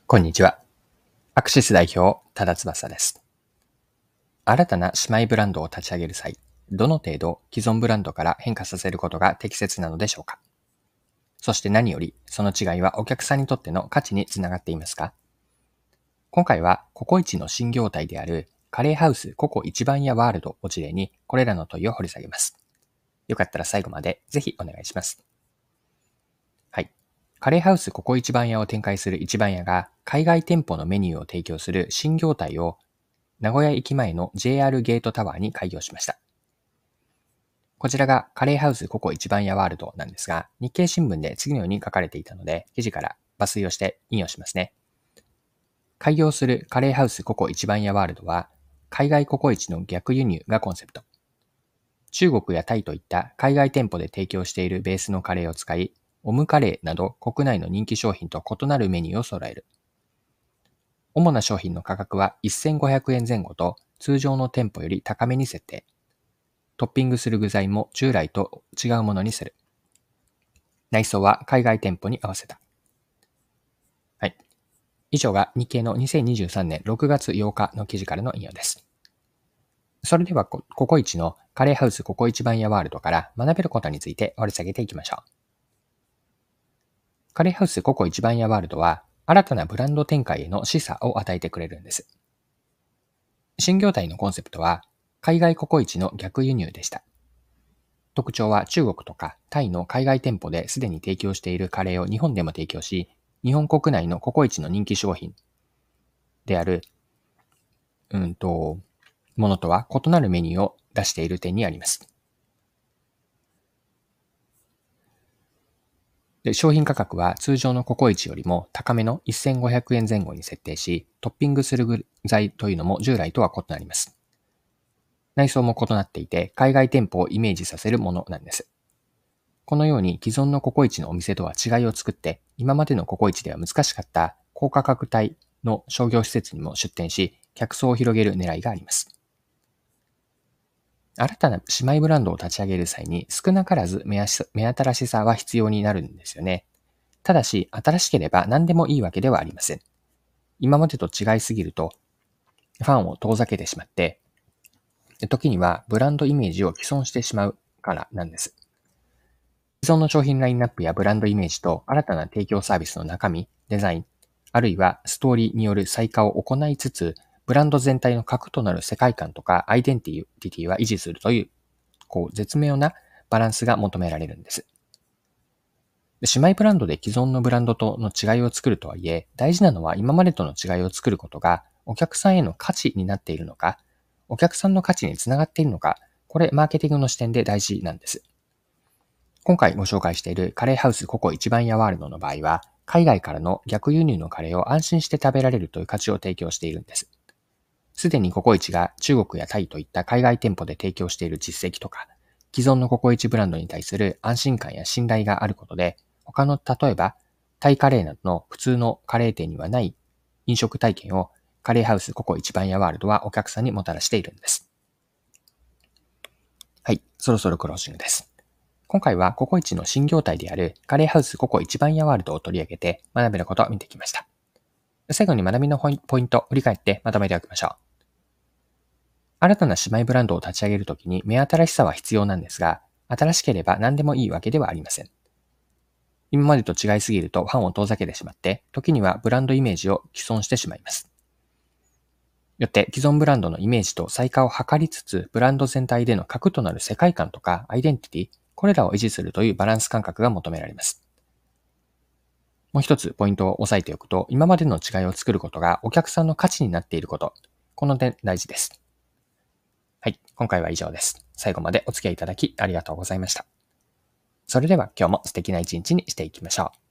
こんにちは。アクシス代表、多田翼です。新たな姉妹ブランドを立ち上げる際、どの程度既存ブランドから変化させることが適切なのでしょうか。そして何より、その違いはお客さんにとっての価値につながっていますか。今回は、ココイチの新業態であるカレーハウスココ一番屋ワールドを事例に、これらの問いを掘り下げます。よかったら最後までぜひお願いします。はい。カレーハウスココ一番屋を展開する一番屋が、海外店舗のメニューを提供する新業態を名古屋駅前の JR ゲートタワーに開業しました。こちらがカレーハウスココ一番屋ワールドなんですが、日経新聞で次のように書かれていたので、記事から抜粋をして引用しますね。開業するカレーハウスココ一番屋ワールドは、海外ココイチの逆輸入がコンセプト。中国やタイといった海外店舗で提供しているベースのカレーを使い、オムカレーなど国内の人気商品と異なるメニューを揃える。主な商品の価格は1500円前後と通常の店舗より高めに設定。トッピングする具材も従来と違うものにする。内装は海外店舗に合わせた。はい。以上が日経の2023年6月8日の記事からの引用です。それではココイチのカレーハウスココイチ番屋ワールドから学べることについて掘り下げていきましょう。カレーハウスココイチ番屋ワールドは新たなブランド展開への示唆を与えてくれるんです。新業態のコンセプトは海外ココイチの逆輸入でした。特徴は中国とかタイの海外店舗ですでに提供しているカレーを日本でも提供し、日本国内のココイチの人気商品である、ものとは異なるメニューを出している点にあります。で、商品価格は通常のココイチよりも高めの1500円前後に設定し、トッピングする具材というのも従来とは異なります。内装も異なっていて、海外店舗をイメージさせるものなんです。このように既存のココイチのお店とは違いを作って、今までのココイチでは難しかった高価格帯の商業施設にも出店し、客層を広げる狙いがあります。新たな姉妹ブランドを立ち上げる際に少なからず目新しさは必要になるんですよね。ただし、新しければ何でもいいわけではありません。今までと違いすぎると、ファンを遠ざけてしまって、時にはブランドイメージを毀損してしまうからなんです。既存の商品ラインナップやブランドイメージと新たな提供サービスの中身、デザイン、あるいはストーリーによる再化を行いつつ、ブランド全体の核となる世界観とかアイデンティティは維持するという、絶妙なバランスが求められるんです。姉妹ブランドで既存のブランドとの違いを作るとはいえ、大事なのは今までとの違いを作ることがお客さんへの価値になっているのか、お客さんの価値につながっているのか、これマーケティングの視点で大事なんです。今回ご紹介しているカレーハウスココ一番屋ワールドの場合は、海外からの逆輸入のカレーを安心して食べられるという価値を提供しているんです。すでにココイチが中国やタイといった海外店舗で提供している実績とか、既存のココイチブランドに対する安心感や信頼があることで、他の例えばタイカレーなどの普通のカレー店にはない飲食体験をカレーハウスココ一番屋ワールドはお客さんにもたらしているんです。はい、そろそろクロージングです。今回はココイチの新業態であるカレーハウスココ一番屋ワールドを取り上げて学べることを見てきました。最後に学びのポイントを振り返ってまとめておきましょう。新たな姉妹ブランドを立ち上げるときに目新しさは必要なんですが、新しければ何でもいいわけではありません。今までと違いすぎるとファンを遠ざけてしまって、時にはブランドイメージを毀損してしまいます。よって既存ブランドのイメージと再化を図りつつ、ブランド全体での核となる世界観とかアイデンティティ、これらを維持するというバランス感覚が求められます。もう一つポイントを押さえておくと、今までの違いを作ることがお客さんの価値になっていること、この点大事です。はい、今回は以上です。最後までお付き合いいただきありがとうございました。それでは今日も素敵な一日にしていきましょう。